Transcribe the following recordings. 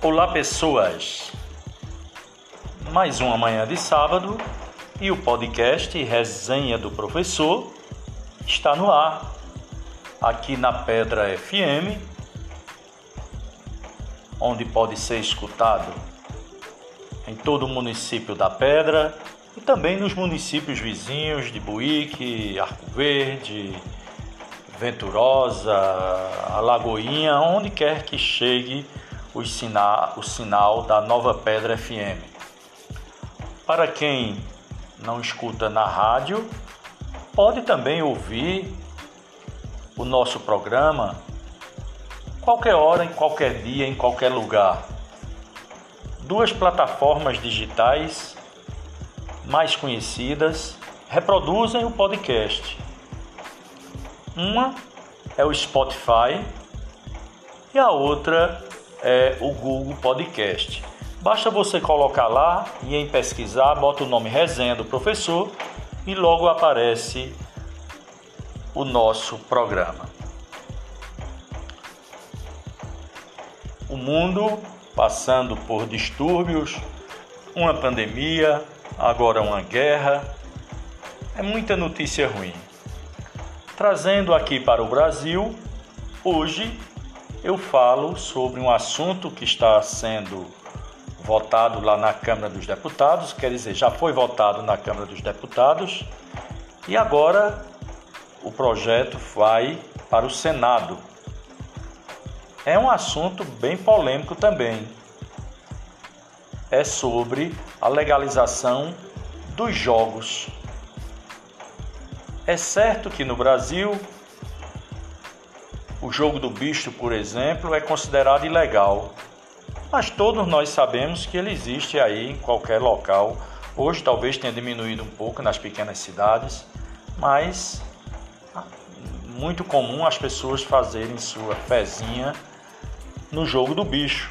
Olá, pessoas! Mais uma manhã de sábado e o podcast Resenha do Professor está no ar, aqui na Pedra FM, onde pode ser escutado em todo o município da Pedra e também nos municípios vizinhos de Buíque, Arco Verde, Venturosa, Alagoinha, onde quer que chegue o sinal da Nova Pedra FM. Para quem não escuta na rádio, pode também ouvir o nosso programa qualquer hora, em qualquer dia, em qualquer lugar. Duas plataformas digitais mais conhecidas reproduzem o podcast. Uma é o Spotify e a outra é o Google Podcast. Basta você colocar lá e em pesquisar, bota o nome Resenha do Professor e logo aparece o nosso programa. O mundo passando por distúrbios, uma pandemia, agora uma guerra, é muita notícia ruim. Trazendo aqui para o Brasil, hoje eu falo sobre um assunto que está sendo votado lá na Câmara dos Deputados, quer dizer, já foi votado na Câmara dos Deputados e agora o projeto vai para o Senado. É um assunto bem polêmico também. É sobre a legalização dos jogos. É certo que no Brasil o jogo do bicho, por exemplo, é considerado ilegal, mas todos nós sabemos que ele existe aí em qualquer local. Hoje talvez tenha diminuído um pouco nas pequenas cidades, mas muito comum as pessoas fazerem sua fezinha no jogo do bicho.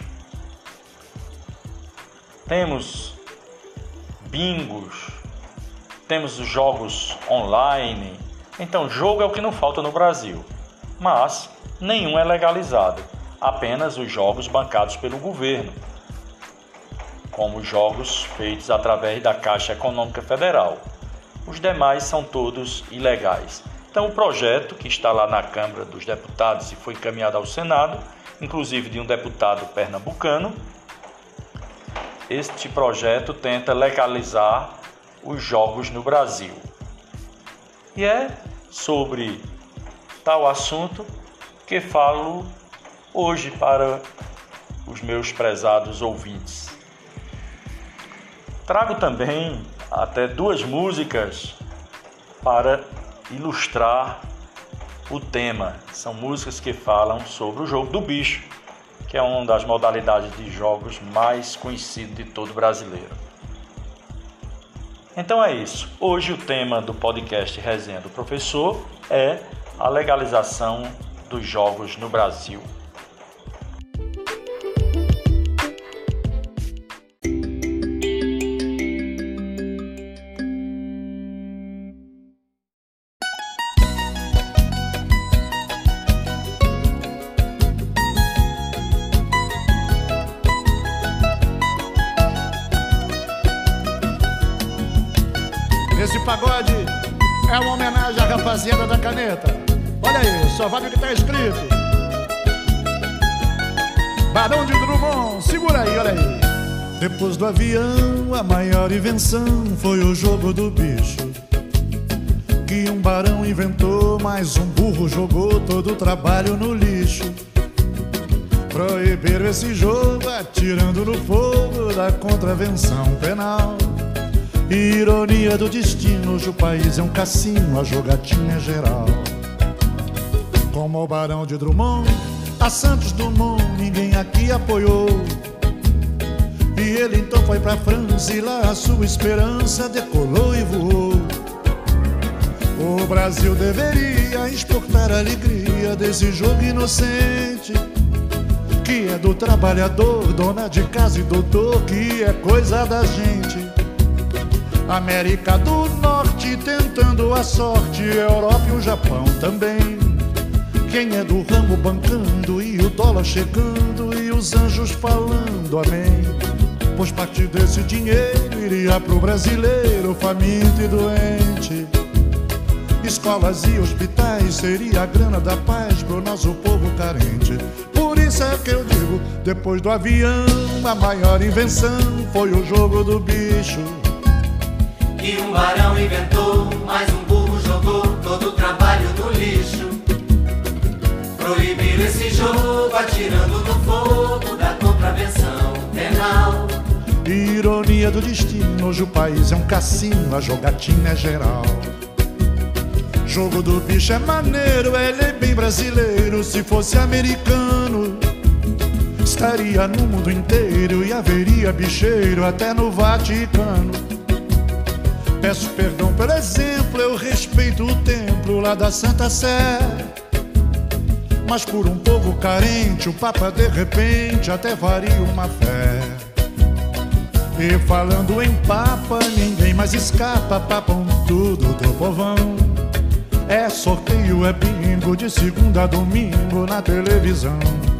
Temos bingos, temos jogos online. Então, jogo é o que não falta no Brasil, mas nenhum é legalizado, apenas os jogos bancados pelo governo, como jogos feitos através da Caixa Econômica Federal. Os demais são todos ilegais. Então, o projeto que está lá na Câmara dos Deputados e foi encaminhado ao Senado, inclusive de um deputado pernambucano, este projeto tenta legalizar os jogos no Brasil. E é sobre tal assunto que falo hoje para os meus prezados ouvintes. Trago também até duas músicas para ilustrar o tema. São músicas que falam sobre o jogo do bicho, que é uma das modalidades de jogos mais conhecidas de todo brasileiro. Então é isso. Hoje o tema do podcast Resenha do Professor é a legalização dos jogos no Brasil. Esse pagode é uma homenagem à rapaziada da caneta. Olha aí, só vale o que tá escrito. Barão de Drummond, segura aí, olha aí. Depois do avião, a maior invenção foi o jogo do bicho, que um barão inventou, mas um burro jogou todo o trabalho no lixo. Proibiram esse jogo, atirando no fogo da contravenção penal. Ironia do destino, hoje o país é um cassino, a jogatina é geral. Como o Barão de Drummond, a Santos Dumont, ninguém aqui apoiou. E ele então foi pra França e lá a sua esperança decolou e voou. O Brasil deveria exportar a alegria desse jogo inocente, que é do trabalhador, dona de casa e doutor, que é coisa da gente. América do Norte tentando a sorte, Europa e o Japão também. Quem é do ramo bancando e o dólar chegando e os anjos falando amém, pois parte desse dinheiro iria pro brasileiro faminto e doente. Escolas e hospitais seria a grana da paz pro nosso povo carente. Por isso é que eu digo, depois do avião, a maior invenção foi o jogo do bicho. Que um barão inventou, mas um burro jogou todo o trabalho no lixo. Proibir esse jogo atirando no fogo da contravenção penal. Ironia do destino, hoje o país é um cassino, a jogatina é geral. Jogo do bicho é maneiro, ele é bem brasileiro. Se fosse americano, estaria no mundo inteiro e haveria bicheiro até no Vaticano. Peço perdão pelo exemplo, eu respeito o templo lá da Santa Sé, mas por um povo carente, o Papa de repente até faria uma fé. E falando em Papa, ninguém mais escapa, papam tudo do povão. É sorteio, é bingo, de segunda a domingo na televisão.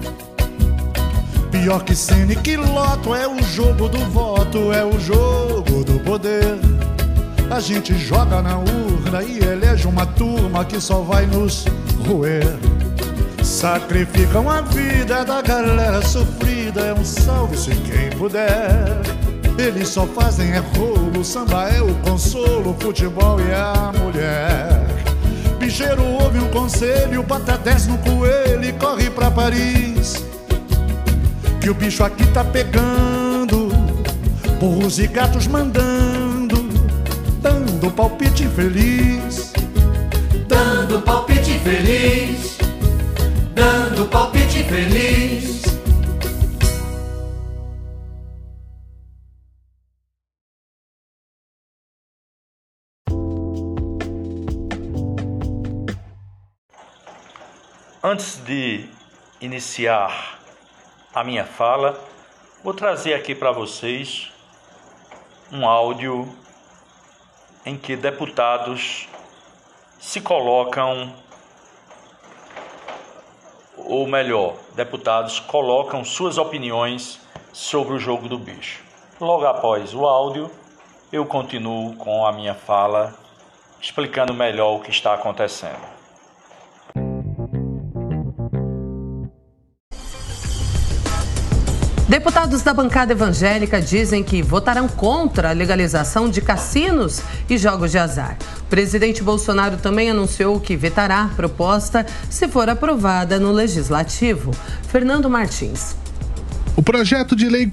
Pior que cena e que loto, é o jogo do voto, é o jogo do poder. A gente joga na urna e elege uma turma que só vai nos roer. Sacrificam a vida da galera sofrida, é um salve-se quem puder. Eles só fazem é rolo, samba é o consolo, futebol e a mulher. Bicheiro ouve um conselho, bota 10 no coelho e corre pra Paris, que o bicho aqui tá pegando, burros e gatos mandando, dando palpite infeliz. Dando palpite infeliz, dando palpite infeliz. Antes de iniciar a minha fala, vou trazer aqui para vocês um áudio em que deputados se colocam, ou melhor, deputados colocam suas opiniões sobre o jogo do bicho. Logo após o áudio, eu continuo com a minha fala, explicando melhor o que está acontecendo. Deputados da bancada evangélica dizem que votarão contra a legalização de cassinos e jogos de azar. O presidente Bolsonaro também anunciou que vetará a proposta se for aprovada no Legislativo. Fernando Martins. O projeto de lei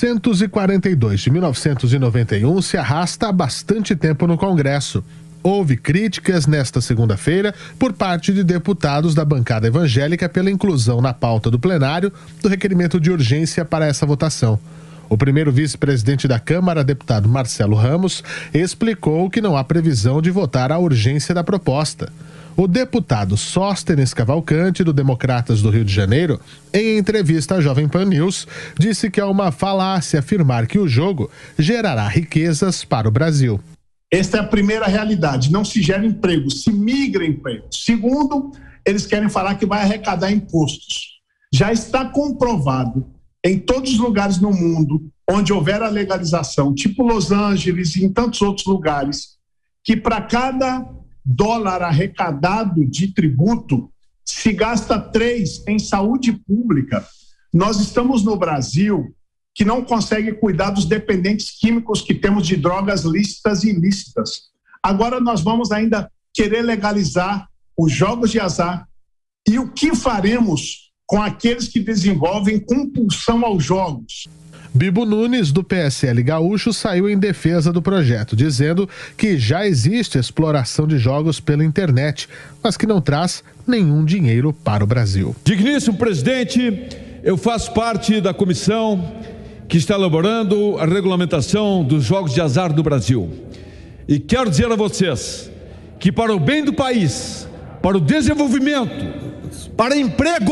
442 de 1991 se arrasta há bastante tempo no Congresso. Houve críticas nesta segunda-feira por parte de deputados da bancada evangélica pela inclusão na pauta do plenário do requerimento de urgência para essa votação. O primeiro vice-presidente da Câmara, deputado Marcelo Ramos, explicou que não há previsão de votar a urgência da proposta. O deputado Sóstenes Cavalcante, do Democratas do Rio de Janeiro, em entrevista à Jovem Pan News, disse que é uma falácia afirmar que o jogo gerará riquezas para o Brasil. Esta é a primeira realidade, não se gera emprego, se migra emprego. Segundo, eles querem falar que vai arrecadar impostos. Já está comprovado em todos os lugares no mundo onde houver a legalização, tipo Los Angeles e em tantos outros lugares, que para cada dólar arrecadado de tributo, se gasta 3 em saúde pública. Nós estamos no Brasil que não consegue cuidar dos dependentes químicos que temos de drogas lícitas e ilícitas. Agora nós vamos ainda querer legalizar os jogos de azar. E o que faremos com aqueles que desenvolvem compulsão aos jogos? Bibo Nunes, do PSL gaúcho, saiu em defesa do projeto, dizendo que já existe exploração de jogos pela internet, mas que não traz nenhum dinheiro para o Brasil. Digníssimo presidente, eu faço parte da comissão que está elaborando a regulamentação dos jogos de azar do Brasil. E quero dizer a vocês que para o bem do país, para o desenvolvimento, para emprego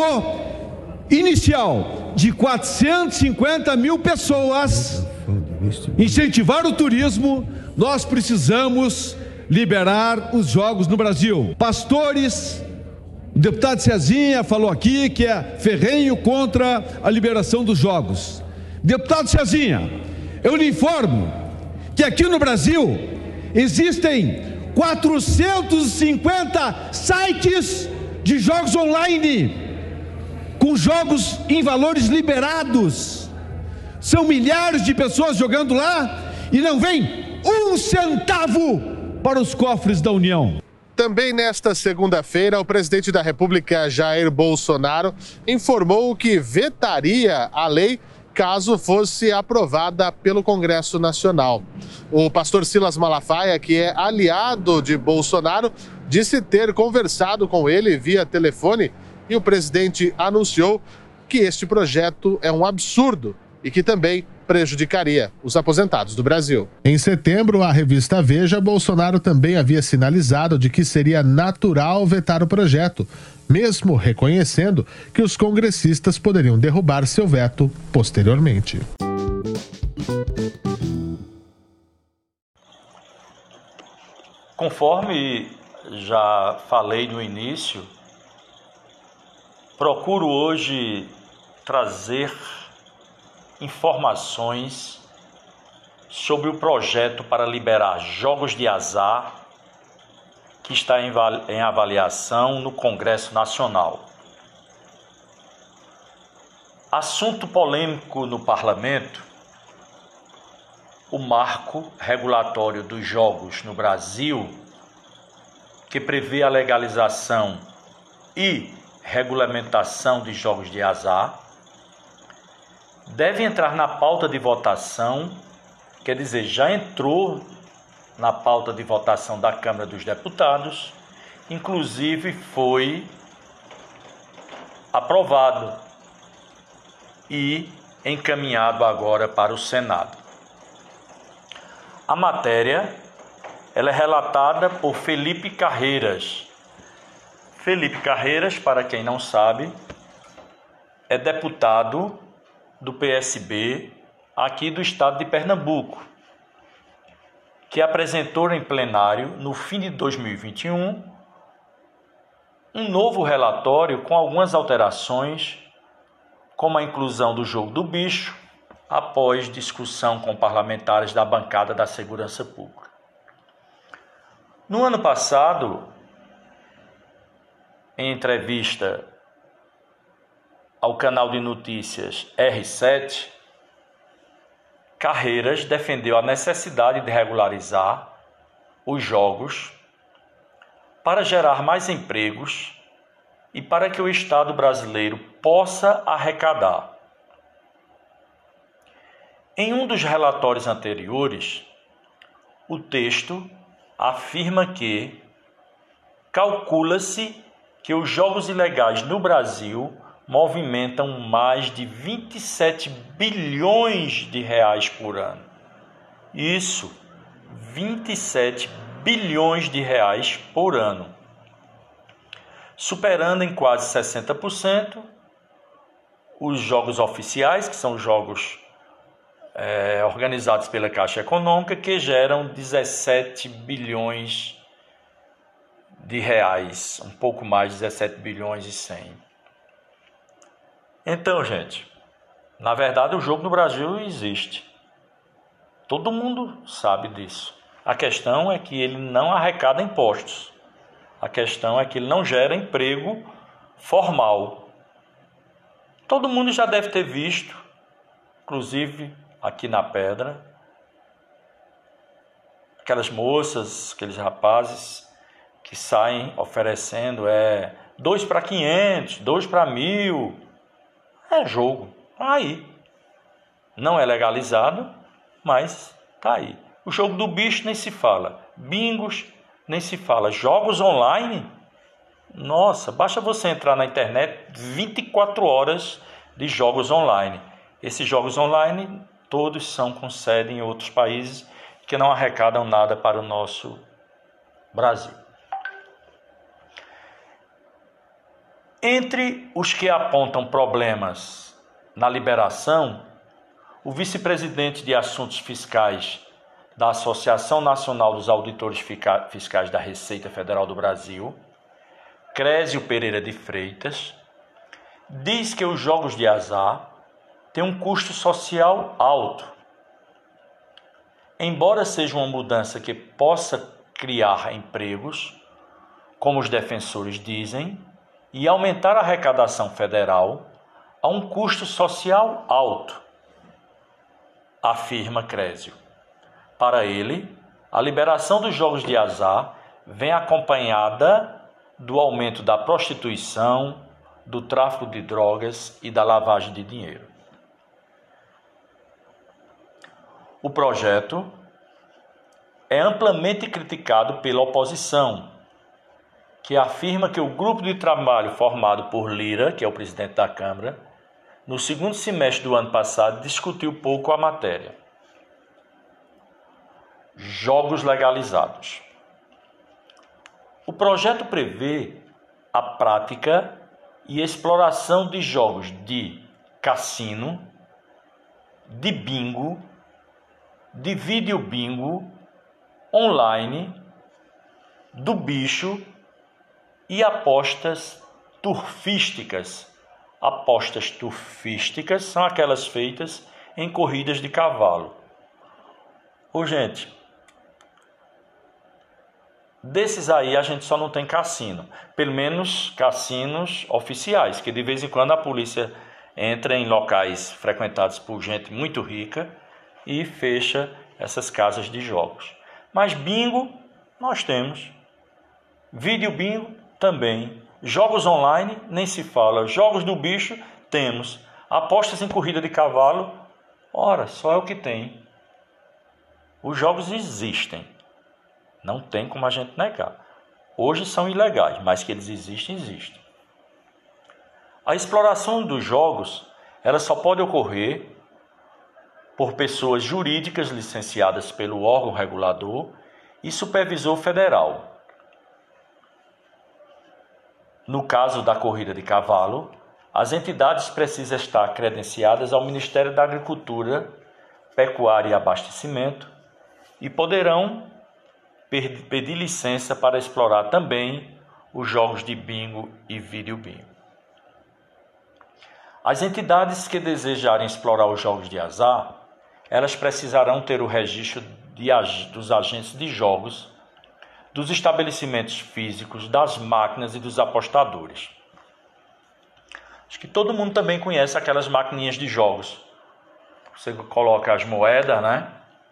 inicial de 450 mil pessoas, incentivar o turismo, nós precisamos liberar os jogos no Brasil. Pastores, O deputado Cezinha falou aqui que é ferrenho contra a liberação dos jogos. Deputado Cezinha, eu lhe informo que aqui no Brasil existem 450 sites de jogos online, com jogos em valores liberados. São milhares de pessoas jogando lá e não vem um centavo para os cofres da União. Também nesta segunda-feira, o presidente da República, Jair Bolsonaro, informou que vetaria a lei caso fosse aprovada pelo Congresso Nacional. O pastor Silas Malafaia, que é aliado de Bolsonaro, disse ter conversado com ele via telefone e o presidente anunciou que este projeto é um absurdo e que também prejudicaria os aposentados do Brasil. Em setembro, a revista Veja, Bolsonaro também havia sinalizado de que seria natural vetar o projeto, mesmo reconhecendo que os congressistas poderiam derrubar seu veto posteriormente. Conforme já falei no início, procuro hoje trazer informações sobre o projeto para liberar jogos de azar que está em avaliação no Congresso Nacional. Assunto polêmico no Parlamento: o marco regulatório dos jogos no Brasil, que prevê a legalização e regulamentação de jogos de azar, deve entrar na pauta de votação, quer dizer, já entrou na pauta de votação da Câmara dos Deputados, inclusive foi aprovado e encaminhado agora para o Senado. A matéria ela é relatada por Felipe Carreiras. Felipe Carreiras, para quem não sabe, é deputado do PSB aqui do estado de Pernambuco, que apresentou em plenário, no fim de 2021, um novo relatório com algumas alterações, como a inclusão do jogo do bicho, após discussão com parlamentares da bancada da Segurança Pública. No ano passado, em entrevista ao canal de notícias R7, Carreiras defendeu a necessidade de regularizar os jogos para gerar mais empregos e para que o Estado brasileiro possa arrecadar. Em um dos relatórios anteriores, o texto afirma que calcula-se que os jogos ilegais no Brasil movimentam mais de 27 bilhões de reais por ano. Isso, 27 bilhões de reais por ano, superando em quase 60% os jogos oficiais, que são jogos organizados pela Caixa Econômica, que geram 17 bilhões de reais, um pouco mais de 17 bilhões e 100. Então, gente, na verdade o jogo no Brasil existe. Todo mundo sabe disso. A questão é que ele não arrecada impostos. A questão é que ele não gera emprego formal. Todo mundo já deve ter visto, inclusive aqui na Pedra, aquelas moças, aqueles rapazes que saem oferecendo 2 para 500, 2 para 1.000. É jogo, tá aí. Não é legalizado, mas tá aí. O jogo do bicho nem se fala. Bingos nem se fala. Jogos online, nossa, basta você entrar na internet, 24 horas de jogos online. Esses jogos online, todos são com sede em outros países que não arrecadam nada para o nosso Brasil. Entre os que apontam problemas na liberação, o vice-presidente de Assuntos Fiscais da Associação Nacional dos Auditores Fiscais da Receita Federal do Brasil, Crésio Pereira de Freitas, diz que os jogos de azar têm um custo social alto. Embora seja uma mudança que possa criar empregos, como os defensores dizem, e aumentar a arrecadação federal, há um custo social alto, afirma Crésio. Para ele, a liberação dos jogos de azar vem acompanhada do aumento da prostituição, do tráfico de drogas e da lavagem de dinheiro. O projeto é amplamente criticado pela oposição, que afirma que o grupo de trabalho formado por Lira, que é o presidente da Câmara, no segundo semestre do ano passado, discutiu pouco a matéria. Jogos legalizados. O projeto prevê a prática e exploração de jogos de cassino, de bingo, de vídeo bingo, online, do bicho e apostas turfísticas. Apostas turfísticas são aquelas feitas em corridas de cavalo. Ô, gente, desses aí a gente só não tem cassino. Pelo menos cassinos oficiais, que de vez em quando a polícia entra em locais frequentados por gente muito rica e fecha essas casas de jogos. Mas bingo nós temos. Vídeo bingo também. Jogos online nem se fala. Jogos do bicho temos. Apostas em corrida de cavalo, ora, só é o que tem. Os jogos existem. Não tem como a gente negar. Hoje são ilegais, mas que eles existem, existem. A exploração dos jogos, ela só pode ocorrer por pessoas jurídicas licenciadas pelo órgão regulador e supervisor federal. No caso da corrida de cavalo, as entidades precisam estar credenciadas ao Ministério da Agricultura, Pecuária e Abastecimento e poderão pedir licença para explorar também os jogos de bingo e vídeo bingo. As entidades que desejarem explorar os jogos de azar, elas precisarão ter o registro dos agentes de jogos, dos estabelecimentos físicos, das máquinas e dos apostadores. Acho que todo mundo também conhece aquelas maquininhas de jogos. Você coloca as moedas, né?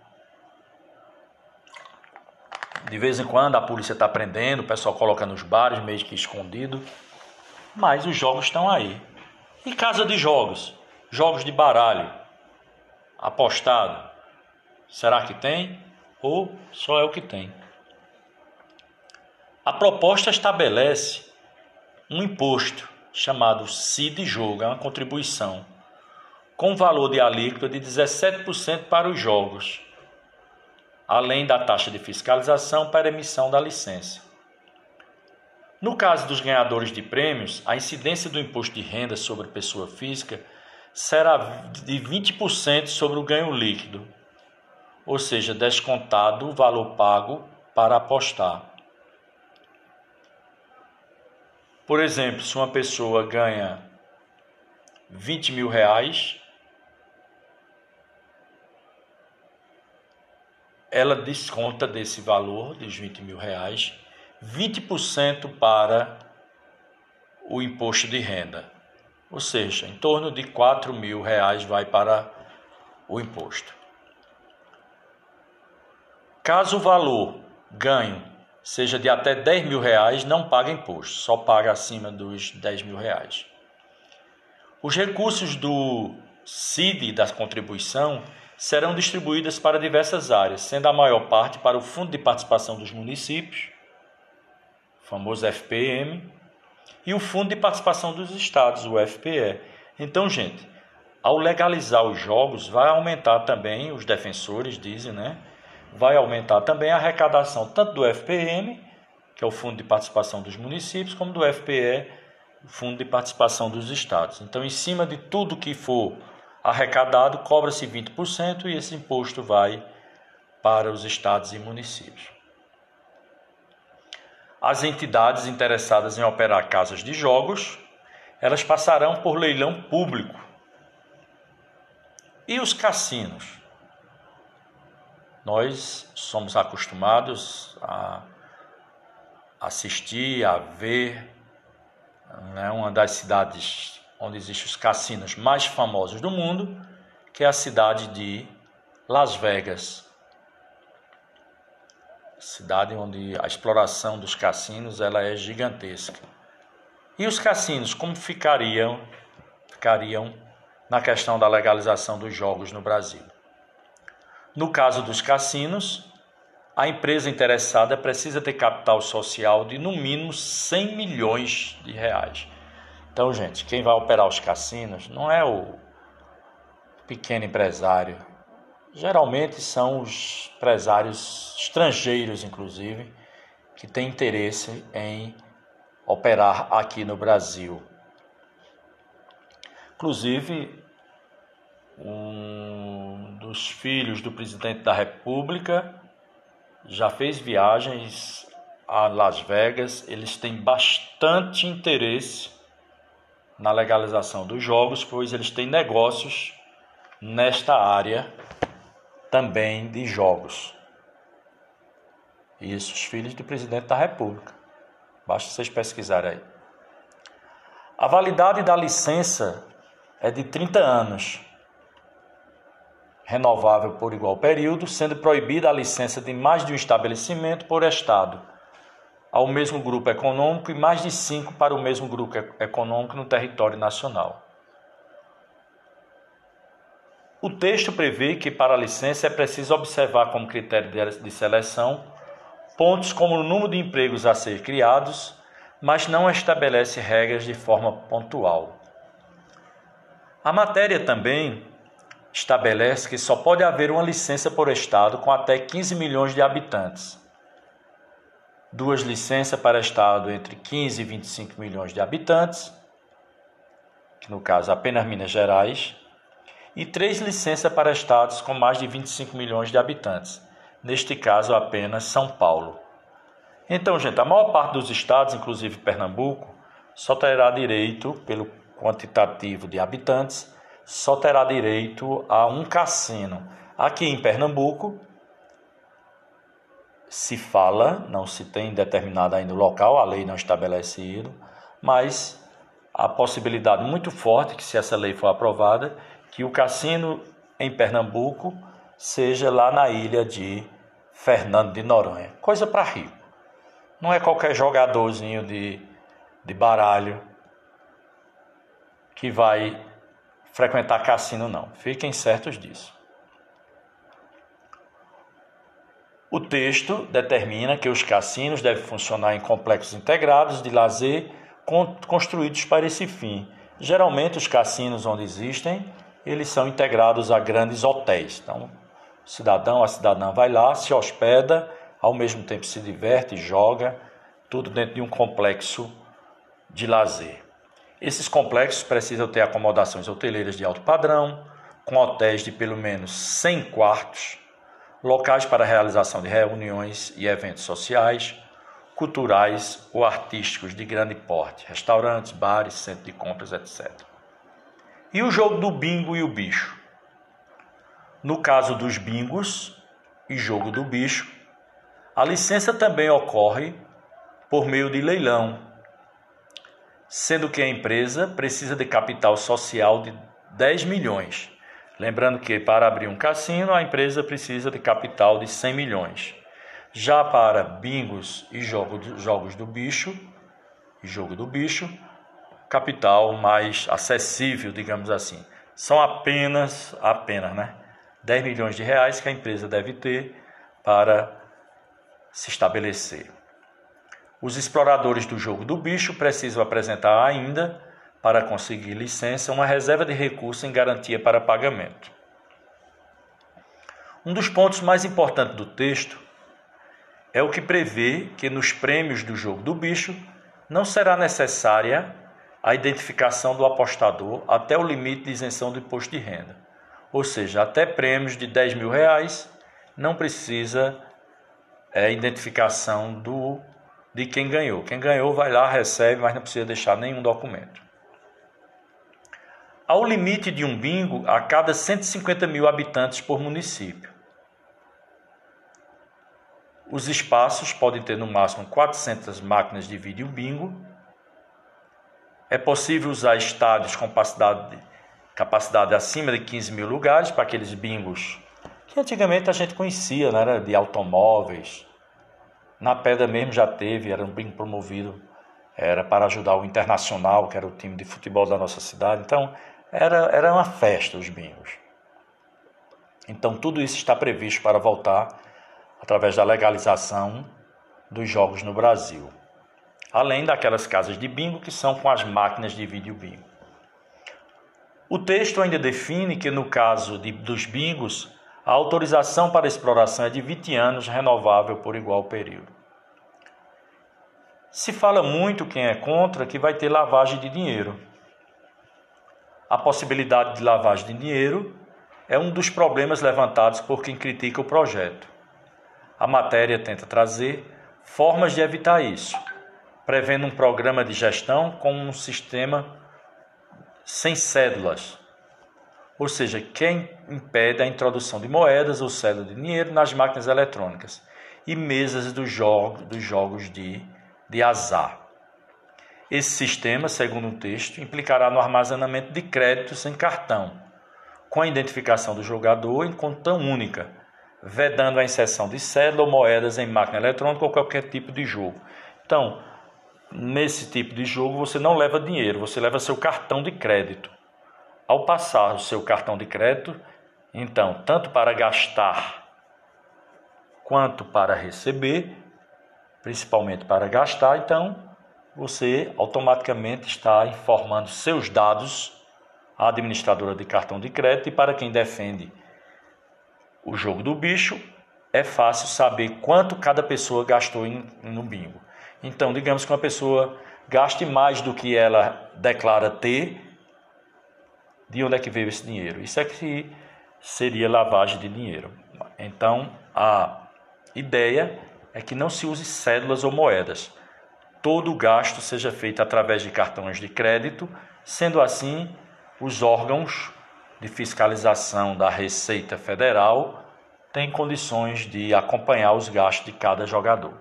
De vez em quando a polícia está prendendo, o pessoal coloca nos bares, meio que escondido. Mas os jogos estão aí. E casa de jogos? Jogos de baralho. Apostado. Será que tem? Ou só é o que tem? A proposta estabelece um imposto chamado CID-Jogo, é uma contribuição, com valor de alíquota de 17% para os jogos, além da taxa de fiscalização para emissão da licença. No caso dos ganhadores de prêmios, a incidência do imposto de renda sobre pessoa física será de 20% sobre o ganho líquido, ou seja, descontado o valor pago para apostar. Por exemplo, se uma pessoa ganha 20 mil reais, ela desconta desse valor, dos 20 mil reais, 20% para o imposto de renda. Ou seja, em torno de 4 mil reais vai para o imposto. Caso o valor ganho seja de até 10 mil reais, não paga imposto, só paga acima dos 10 mil reais. Os recursos do CID, da contribuição, serão distribuídos para diversas áreas, sendo a maior parte para o Fundo de Participação dos Municípios, o famoso FPM, e o Fundo de Participação dos Estados, o FPE. Então, gente, ao legalizar os jogos, vai aumentar também, os defensores dizem, né? Vai aumentar também a arrecadação tanto do FPM, que é o Fundo de Participação dos Municípios, como do FPE, o Fundo de Participação dos Estados. Então, em cima de tudo que for arrecadado, cobra-se 20% e esse imposto vai para os estados e municípios. as entidades interessadas em operar casas de jogos, elas passarão por leilão público. E os cassinos? Nós somos acostumados a assistir, a ver, né, uma das cidades onde existem os cassinos mais famosos do mundo, que é a cidade de Las Vegas. Cidade onde a exploração dos cassinos ela é gigantesca. E os cassinos, como ficariam na questão da legalização dos jogos no Brasil? No caso dos cassinos, a empresa interessada precisa ter capital social de no mínimo 100 milhões de reais. Então, gente, quem vai operar os cassinos não é o pequeno empresário. Geralmente são os empresários estrangeiros, inclusive, que têm interesse em operar aqui no Brasil. Inclusive, um dos filhos do presidente da República já fez viagens a Las Vegas. Eles têm bastante interesse na legalização dos jogos, pois eles têm negócios nesta área também de jogos. Isso, os filhos do presidente da República. Basta vocês pesquisarem aí. A validade da licença é de 30 anos, renovável por igual período, sendo proibida a licença de mais de um estabelecimento por estado ao mesmo grupo econômico e mais de 5 para o mesmo grupo econômico no território nacional. O texto prevê que para a licença é preciso observar como critério de seleção pontos como o número de empregos a ser criados, mas não estabelece regras de forma pontual. A matéria também estabelece que só pode haver uma licença por estado com até 15 milhões de habitantes, 2 licenças para estado entre 15 e 25 milhões de habitantes, que no caso apenas Minas Gerais, e 3 licenças para estados com mais de 25 milhões de habitantes, neste caso apenas São Paulo. Então, gente, a maior parte dos estados, inclusive Pernambuco, só terá direito, pelo quantitativo de habitantes, só terá direito a um cassino. Aqui em Pernambuco, se fala, não se tem determinado ainda o local, a lei não estabelece isso, mas a possibilidade muito forte que, se essa lei for aprovada, que o cassino em Pernambuco seja lá na ilha de Fernando de Noronha. Coisa para rico. Não é qualquer jogadorzinho de baralho que vai frequentar cassino, não. Fiquem certos disso. O texto determina que os cassinos devem funcionar em complexos integrados de lazer construídos para esse fim. Geralmente, os cassinos onde existem, eles são integrados a grandes hotéis. Então, o cidadão, a cidadã vai lá, se hospeda, ao mesmo tempo se diverte, joga, tudo dentro de um complexo de lazer. Esses complexos precisam ter acomodações hoteleiras de alto padrão, com hotéis de pelo menos 100 quartos, locais para a realização de reuniões e eventos sociais, culturais ou artísticos de grande porte, restaurantes, bares, centros de compras, etc. E o jogo do bingo e o bicho? No caso dos bingos e jogo do bicho, a licença também ocorre por meio de leilão, sendo que a empresa precisa de capital social de 10 milhões. Lembrando que para abrir um cassino, a empresa precisa de capital de 100 milhões. Já para bingos e jogos do bicho, jogo do bicho, capital mais acessível, digamos assim. São apenas, né, 10 milhões de reais que a empresa deve ter para se estabelecer. Os exploradores do jogo do bicho precisam apresentar ainda, para conseguir licença, uma reserva de recursos em garantia para pagamento. Um dos pontos mais importantes do texto é o que prevê que nos prêmios do jogo do bicho não será necessária a identificação do apostador até o limite de isenção do imposto de renda. Ou seja, até prêmios de 10 mil reais não precisa identificação do de quem ganhou. Quem ganhou vai lá, recebe, mas não precisa deixar nenhum documento. Há o limite de um bingo a cada 150 mil habitantes por município. Os espaços podem ter no máximo 400 máquinas de vídeo bingo. É possível usar estádios com capacidade acima de 15 mil lugares para aqueles bingos que antigamente a gente conhecia, né? Era de automóveis. Na Pedra mesmo já teve, era um bingo promovido, era para ajudar o Internacional, que era o time de futebol da nossa cidade. Então, era uma festa os bingos. Então, tudo isso está previsto para voltar através da legalização dos jogos no Brasil. Além daquelas casas de bingo que são com as máquinas de vídeo bingo. O texto ainda define que, no caso dos bingos, a autorização para exploração é de 20 anos, renovável por igual período. Se fala muito, quem é contra, que vai ter lavagem de dinheiro. A possibilidade de lavagem de dinheiro é um dos problemas levantados por quem critica o projeto. A matéria tenta trazer formas de evitar isso, prevendo um programa de gestão com um sistema sem cédulas, ou seja, quem impede a introdução de moedas ou cédula de dinheiro nas máquinas eletrônicas e mesas dos jogos de azar. Esse sistema, segundo o texto, implicará no armazenamento de créditos em cartão, com a identificação do jogador em conta única, vedando a inserção de cédula ou moedas em máquina eletrônica ou qualquer tipo de jogo. Então, nesse tipo de jogo você não leva dinheiro, você leva seu cartão de crédito. Ao passar o seu cartão de crédito, então, tanto para gastar quanto para receber, principalmente para gastar, então, você automaticamente está informando seus dados à administradora de cartão de crédito. E para quem defende o jogo do bicho, é fácil saber quanto cada pessoa gastou no bingo. Então, digamos que uma pessoa gaste mais do que ela declara ter, de onde é que veio esse dinheiro? Isso é que seria lavagem de dinheiro. Então, a ideia é que não se use cédulas ou moedas. Todo o gasto seja feito através de cartões de crédito, sendo assim, os órgãos de fiscalização da Receita Federal têm condições de acompanhar os gastos de cada jogador.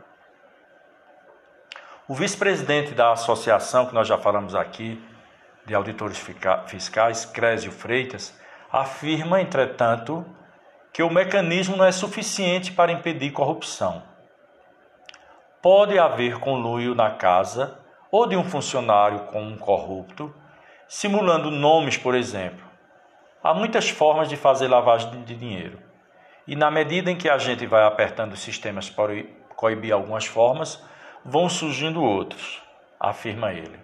O vice-presidente da associação, que nós já falamos aqui, de auditores fiscais, Crésio Freitas, afirma, entretanto, que o mecanismo não é suficiente para impedir corrupção. Pode haver conluio na casa ou de um funcionário com um corrupto, simulando nomes, por exemplo. Há muitas formas de fazer lavagem de dinheiro. E na medida em que a gente vai apertando os sistemas para coibir algumas formas, vão surgindo outros, afirma ele.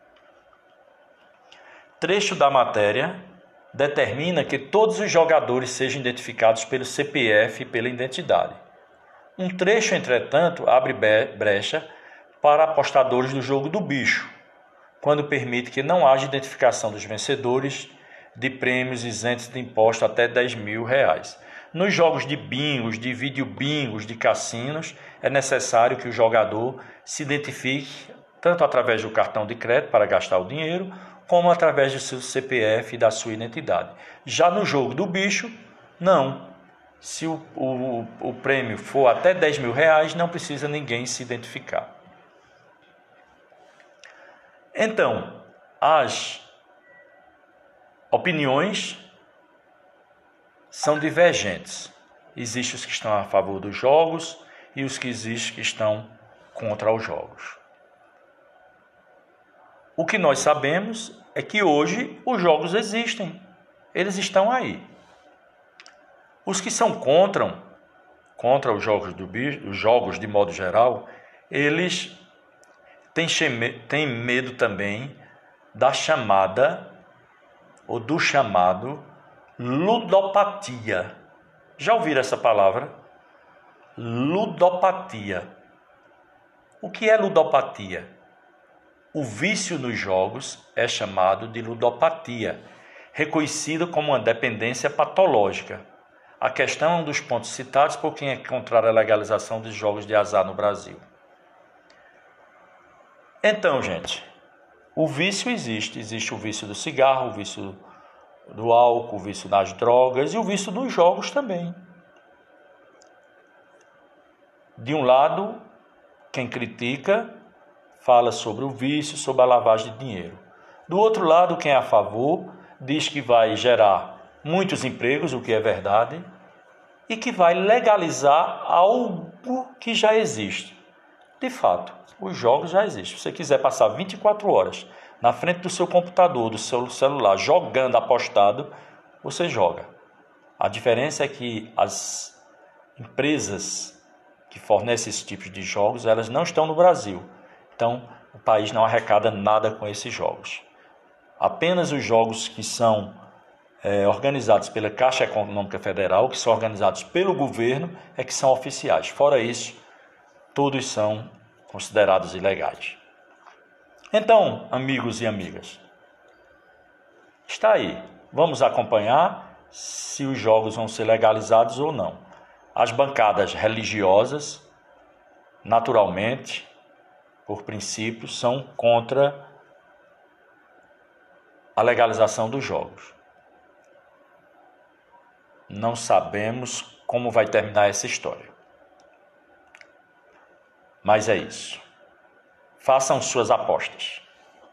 Trecho da matéria determina que todos os jogadores sejam identificados pelo CPF e pela identidade. Um trecho, entretanto, abre brecha para apostadores do jogo do bicho, quando permite que não haja identificação dos vencedores de prêmios isentos de imposto até R$10.000. Nos jogos de bingos, de videobingos, de cassinos, é necessário que o jogador se identifique tanto através do cartão de crédito para gastar o dinheiro, como através do seu CPF e da sua identidade. Já no jogo do bicho, não. Se o prêmio for até R$10.000, não precisa ninguém se identificar. Então, as opiniões são divergentes. Existem os que estão a favor dos jogos e os que existem que estão contra os jogos. O que nós sabemos é que hoje os jogos existem. Eles estão aí. Os que são contra os jogos do bicho, os jogos de modo geral, eles têm medo também da chamada ou do chamado ludopatia. Já ouviram essa palavra? Ludopatia. O que é ludopatia? O vício nos jogos é chamado de ludopatia, reconhecido como uma dependência patológica. A questão é um dos pontos citados por quem é contrário à legalização dos jogos de azar no Brasil. Então, gente, o vício existe. Existe o vício do cigarro, o vício do álcool, o vício das drogas e o vício dos jogos também. De um lado, quem critica fala sobre o vício, sobre a lavagem de dinheiro. Do outro lado, quem é a favor diz que vai gerar muitos empregos, o que é verdade, e que vai legalizar algo que já existe. De fato, os jogos já existem. Se você quiser passar 24 horas na frente do seu computador, do seu celular, jogando, apostado, você joga. A diferença é que as empresas que fornecem esse tipo de jogos, elas não estão no Brasil. Então, o país não arrecada nada com esses jogos. Apenas os jogos que são organizados pela Caixa Econômica Federal, que são organizados pelo governo, é que são oficiais. Fora isso, todos são considerados ilegais. Então, amigos e amigas, está aí. Vamos acompanhar se os jogos vão ser legalizados ou não. As bancadas religiosas, naturalmente, por princípio, são contra a legalização dos jogos. Não sabemos como vai terminar essa história. Mas é isso. Façam suas apostas.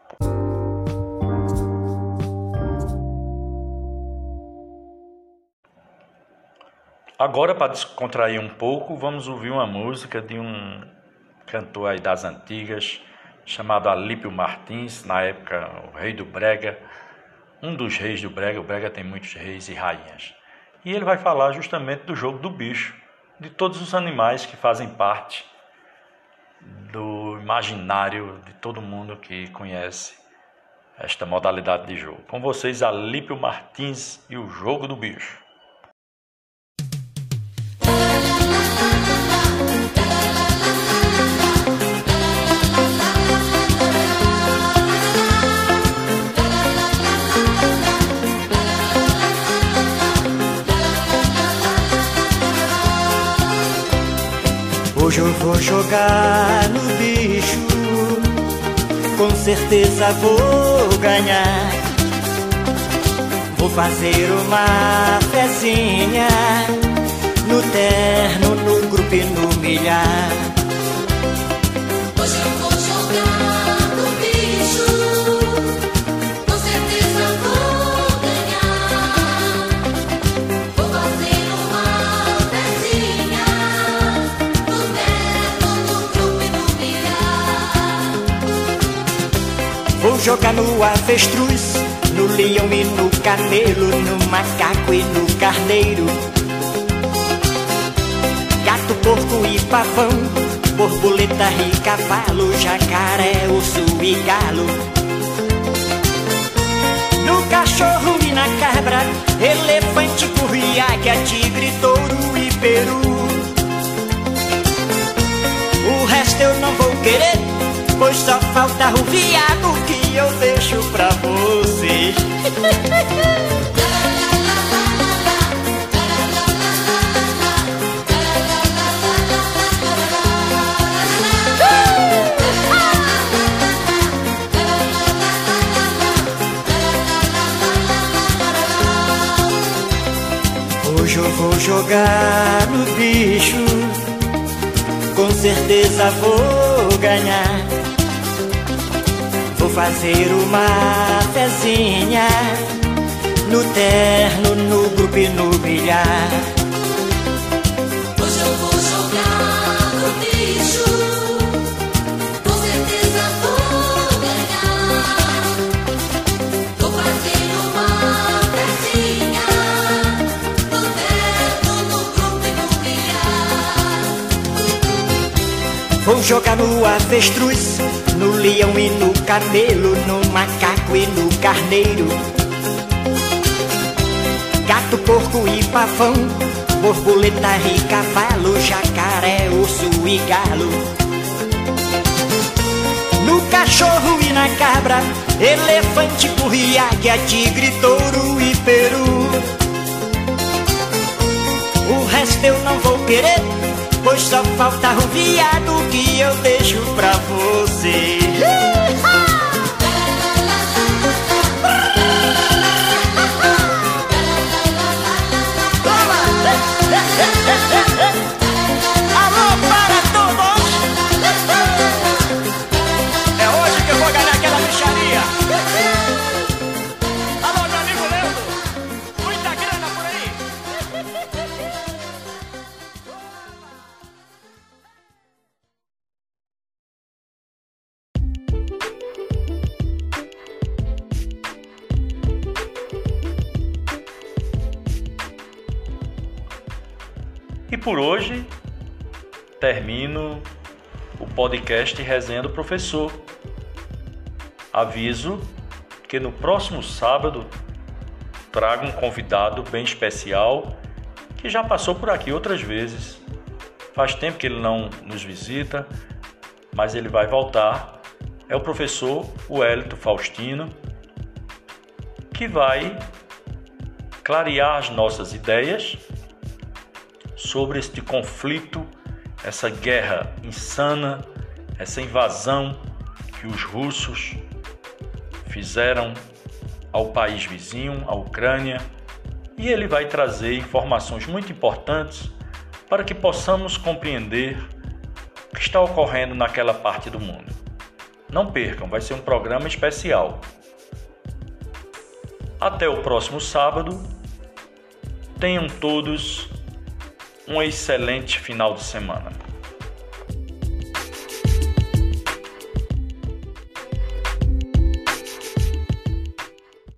Agora, para descontrair um pouco, vamos ouvir uma música de um cantor aí das antigas, chamado Alípio Martins, na época o rei do brega, um dos reis do brega. O brega tem muitos reis e rainhas. E ele vai falar justamente do jogo do bicho, de todos os animais que fazem parte do imaginário de todo mundo que conhece esta modalidade de jogo. Com vocês, Alípio Martins e o jogo do bicho. Hoje eu vou jogar no bicho, com certeza vou ganhar. Vou fazer uma fezinha, no terno, no grupo e no milhar. Hoje eu vou jogar no bicho, com certeza vou ganhar. Vou fazer uma fezinha, no terno, no grupo e no milhar. Vou jogar no avestruz, no leão e no camelo, no macaco e no carneiro, gato, porco e pavão, borboleta e cavalo, jacaré, urso e galo. No cachorro e na cabra, elefante, curri, águia, tigre, touro e peru. O resto eu não vou querer, pois só falta o viado que eu deixo pra você. Hoje eu vou jogar no bicho, com certeza vou ganhar. Vou fazer uma fezinha, no terno, no grupo e no bilhar. Hoje eu vou jogar no bicho, com certeza vou ganhar. Vou fazer uma fezinha, no terno, no grupo e no bilhar. Vou jogar no avestruz, no leão e no camelo, no macaco e no carneiro, gato, porco e pavão, borboleta e cavalo, jacaré, urso e galo. No cachorro e na cabra, elefante, curri, águia, tigre, touro e peru. O resto eu não vou querer, pois só falta o viado que eu deixo pra você. Alô para todos! É hoje que eu vou ganhar aquela bicharia. Alô, meu amigo Leandro, muita grana por aí. E por hoje, termino o podcast Resenha do Professor. Aviso que no próximo sábado trago um convidado bem especial que já passou por aqui outras vezes. Faz tempo que ele não nos visita, mas ele vai voltar. É o professor Wellington Faustino, que vai clarear as nossas ideias sobre este conflito, essa guerra insana, essa invasão que os russos fizeram ao país vizinho, à Ucrânia, e ele vai trazer informações muito importantes para que possamos compreender o que está ocorrendo naquela parte do mundo. Não percam, vai ser um programa especial. Até o próximo sábado. Tenham todos um excelente final de semana.